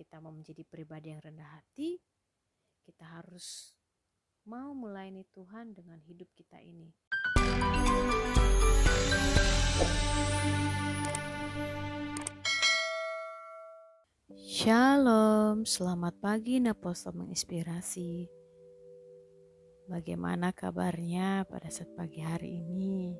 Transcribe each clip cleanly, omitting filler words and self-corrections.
kita mau menjadi pribadi yang rendah hati, kita harus mau melayani Tuhan dengan hidup kita ini. Shalom, selamat pagi Napostol menginspirasi. Bagaimana kabarnya pada saat pagi hari ini?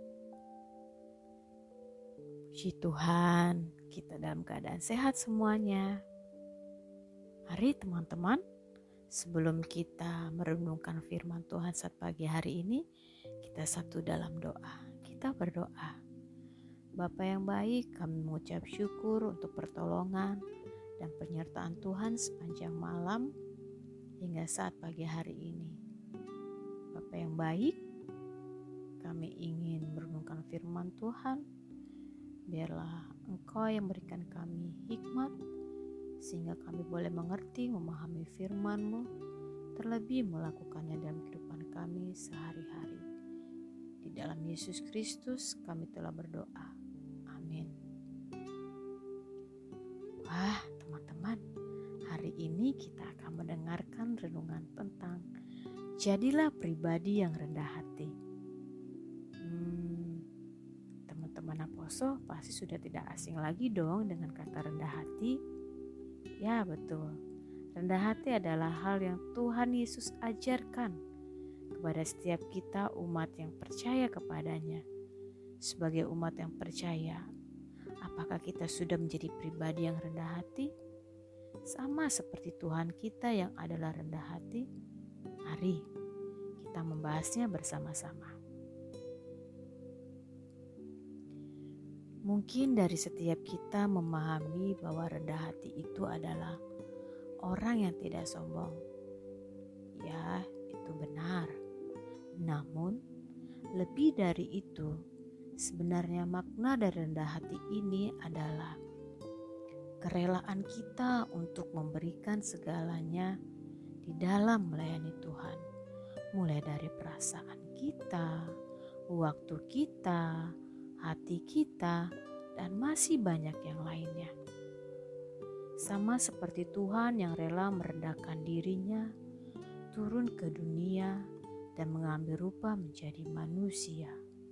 Puji Tuhan, kita dalam keadaan sehat semuanya. Mari teman-teman, sebelum kita merenungkan firman Tuhan saat pagi hari ini, kita satu dalam doa. Kita berdoa. Bapa yang baik, kami mengucap syukur untuk pertolongan dan penyertaan Tuhan sepanjang malam hingga saat pagi hari ini. Bapa yang baik, kami ingin merenungkan firman Tuhan. Biarlah Engkau yang berikan kami hikmat, sehingga kami boleh mengerti, memahami firman-Mu, terlebih melakukannya dalam kehidupan kami sehari-hari. Di dalam Yesus Kristus kami telah berdoa. Amin. Wah, teman-teman, hari ini kita akan mendengarkan renungan tentang jadilah pribadi yang rendah hati. Teman-teman Aposo pasti sudah tidak asing lagi dong dengan kata rendah hati. Ya betul, rendah hati adalah hal yang Tuhan Yesus ajarkan kepada setiap kita umat yang percaya kepadanya. Sebagai umat yang percaya, apakah kita sudah menjadi pribadi yang rendah hati? Sama seperti Tuhan kita yang adalah rendah hati. Mari kita membahasnya bersama-sama. Mungkin dari setiap kita memahami bahwa rendah hati itu adalah orang yang tidak sombong. Ya, itu benar. Namun, lebih dari itu, sebenarnya makna dari rendah hati ini adalah kerelaan kita untuk memberikan segalanya di dalam melayani Tuhan. Mulai dari perasaan kita, waktu kita, hati kita, dan masih banyak yang lainnya. Sama seperti Tuhan yang rela merendahkan dirinya, turun ke dunia dan mengambil rupa menjadi manusia.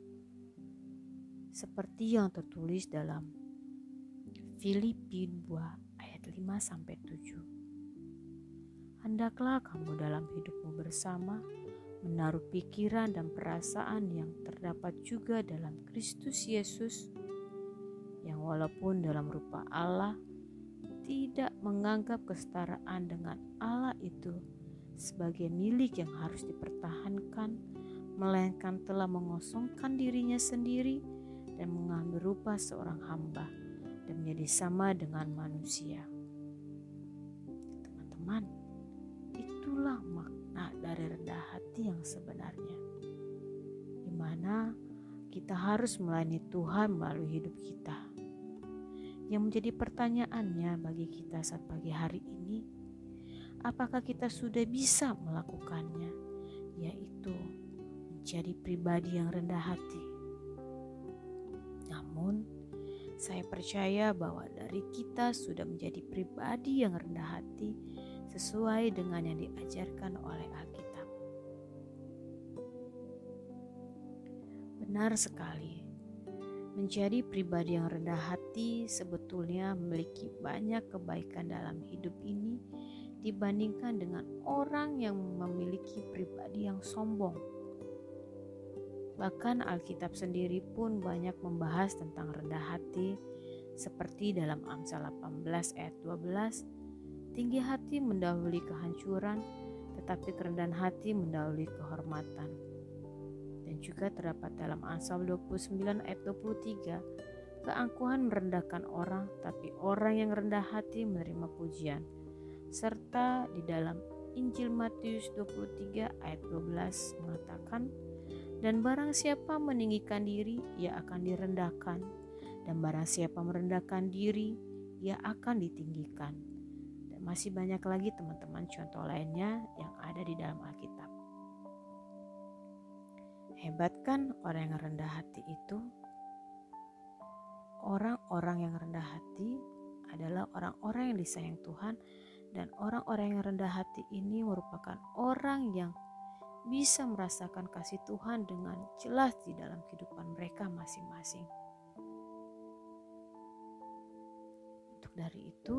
Seperti yang tertulis dalam Filipi 2 ayat 5-7. Hendaklah kamu dalam hidupmu bersama menaruh pikiran dan perasaan yang terdapat juga dalam Kristus Yesus, yang walaupun dalam rupa Allah tidak menganggap kesetaraan dengan Allah itu sebagai milik yang harus dipertahankan, melainkan telah mengosongkan dirinya sendiri dan mengambil rupa seorang hamba dan menjadi sama dengan manusia. Teman-teman, itulah makna dari rendah hati yang sebenarnya, di mana kita harus melayani Tuhan melalui hidup kita. Yang menjadi pertanyaannya bagi kita saat pagi hari ini, apakah kita sudah bisa melakukannya, yaitu menjadi pribadi yang rendah hati. Namun, saya percaya bahwa dari kita sudah menjadi pribadi yang rendah hati sesuai dengan yang diajarkan oleh Alkitab. Benar sekali, menjadi pribadi yang rendah hati sebetulnya memiliki banyak kebaikan dalam hidup ini dibandingkan dengan orang yang memiliki pribadi yang sombong. Bahkan Alkitab sendiri pun banyak membahas tentang rendah hati, seperti dalam Amsal 18 ayat 12, tinggi hati mendahului kehancuran, tetapi kerendahan hati mendahului kehormatan. Dan juga terdapat dalam Amsal 29 ayat 23, keangkuhan merendahkan orang, tapi orang yang rendah hati menerima pujian. Serta di dalam Injil Matius 23 ayat 12 mengatakan, dan barang siapa meninggikan diri, ia akan direndahkan, dan barang siapa merendahkan diri, ia akan ditinggikan. Dan masih banyak lagi teman-teman contoh lainnya yang ada di dalam Alkitab. Hebat kan orang yang rendah hati itu? Orang-orang yang rendah hati adalah orang-orang yang disayang Tuhan, dan orang-orang yang rendah hati ini merupakan orang yang bisa merasakan kasih Tuhan dengan jelas di dalam kehidupan mereka masing-masing. Untuk dari itu,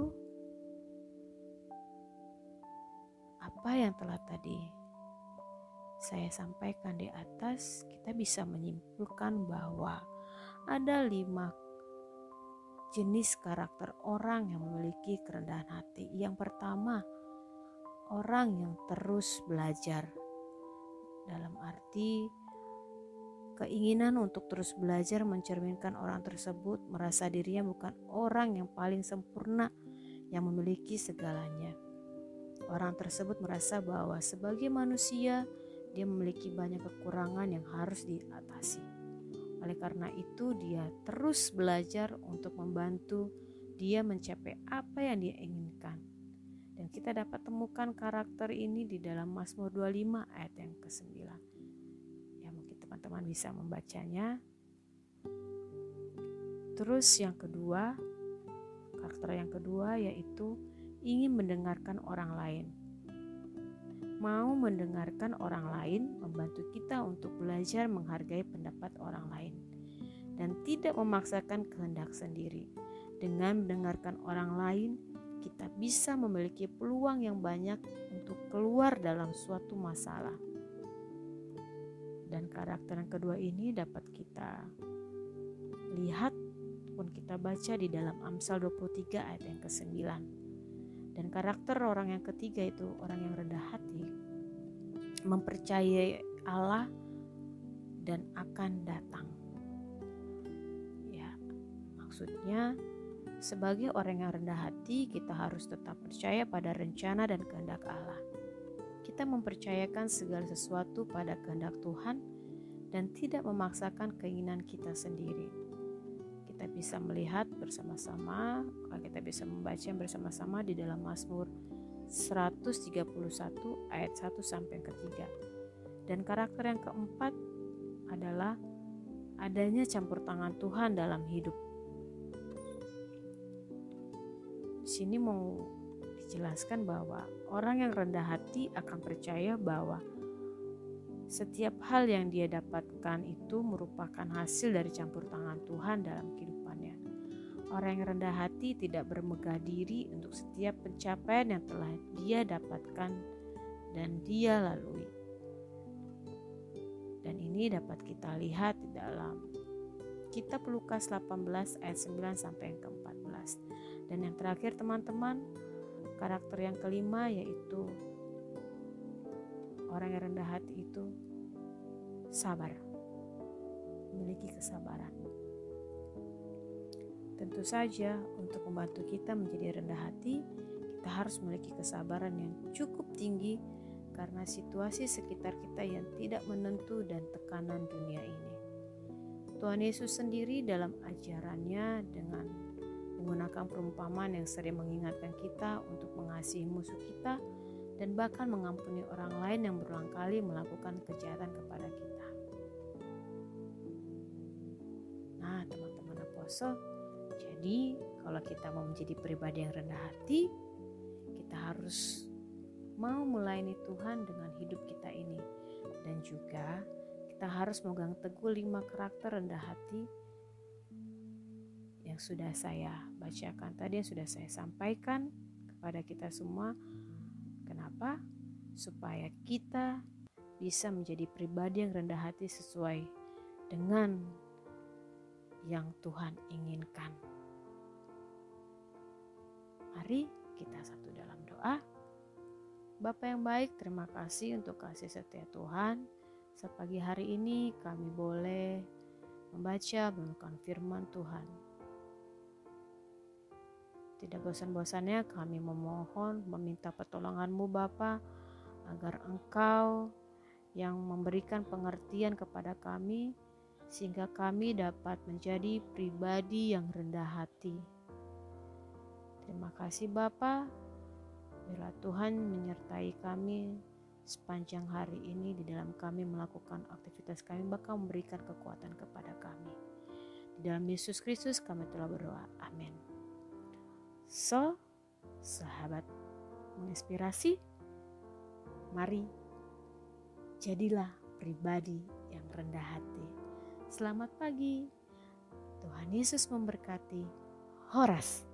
apa yang telah tadi saya sampaikan di atas, kita bisa menyimpulkan bahwa ada 5 jenis karakter orang yang memiliki kerendahan hati. Yang pertama, orang yang terus belajar. Dalam arti keinginan untuk terus belajar mencerminkan orang tersebut merasa dirinya bukan orang yang paling sempurna yang memiliki segalanya. Orang tersebut merasa bahwa sebagai manusia dia memiliki banyak kekurangan yang harus diatasi. Oleh karena itu dia terus belajar untuk membantu dia mencapai apa yang dia inginkan. Dan kita dapat temukan karakter ini di dalam Mazmur 25 ayat yang ke-9. Ya, mungkin teman-teman bisa membacanya. Terus yang kedua, karakter yang kedua yaitu ingin mendengarkan orang lain. Mau mendengarkan orang lain membantu kita untuk belajar menghargai pendapat orang lain dan tidak memaksakan kehendak sendiri. Dengan mendengarkan orang lain, kita bisa memiliki peluang yang banyak untuk keluar dalam suatu masalah. Dan karakter yang kedua ini dapat kita lihat pun kita baca di dalam Amsal 23 ayat yang ke-9. Dan karakter orang yang ketiga itu orang yang rendah hati, mempercayai Allah dan akan datang. Ya, maksudnya sebagai orang yang rendah hati, kita harus tetap percaya pada rencana dan kehendak Allah. Kita mempercayakan segala sesuatu pada kehendak Tuhan dan tidak memaksakan keinginan kita sendiri. Kita bisa melihat bersama-sama, kita bisa membaca bersama-sama di dalam Mazmur 131 ayat 1 sampai yang ketiga. Dan karakter yang keempat adalah adanya campur tangan Tuhan dalam hidup. Di sini mau dijelaskan bahwa orang yang rendah hati akan percaya bahwa setiap hal yang dia dapatkan itu merupakan hasil dari campur tangan Tuhan dalam kehidupannya. Orang yang rendah hati tidak bermegah diri untuk setiap pencapaian yang telah dia dapatkan dan dia lalui. Dan ini dapat kita lihat di dalam Kitab Lukas 18 ayat 9 sampai yang ke-14. Dan yang terakhir teman-teman, karakter yang kelima yaitu orang yang rendah hati itu sabar, memiliki kesabaran. Tentu saja untuk membantu kita menjadi rendah hati, kita harus memiliki kesabaran yang cukup tinggi karena situasi sekitar kita yang tidak menentu dan tekanan dunia ini. Tuhan Yesus sendiri dalam ajarannya dengan menggunakan perumpamaan yang sering mengingatkan kita untuk mengasihi musuh kita dan bahkan mengampuni orang lain yang berulang kali melakukan kejahatan kepada kita. Nah, teman-teman apostle, jadi kalau kita mau menjadi pribadi yang rendah hati, kita harus mau melayani Tuhan dengan hidup kita ini. Dan juga kita harus memegang teguh 5 karakter rendah hati yang sudah saya bacakan tadi, yang sudah saya sampaikan kepada kita semua. Kenapa? Supaya kita bisa menjadi pribadi yang rendah hati sesuai dengan yang Tuhan inginkan. Mari kita satu dalam doa. Bapa yang baik, terima kasih untuk kasih setia Tuhan. Sepagi hari ini kami boleh membaca merenungkan firman Tuhan. Tidak bosan-bosannya kami memohon, meminta pertolongan-Mu Bapa, agar Engkau yang memberikan pengertian kepada kami, sehingga kami dapat menjadi pribadi yang rendah hati. Terima kasih Bapa, biarlah Tuhan menyertai kami sepanjang hari ini di dalam kami melakukan aktivitas kami, bakal memberikan kekuatan kepada kami. Di dalam Yesus Kristus kami telah berdoa. Amin. So, sahabat menginspirasi, mari jadilah pribadi yang rendah hati. Selamat pagi, Tuhan Yesus memberkati. Horas.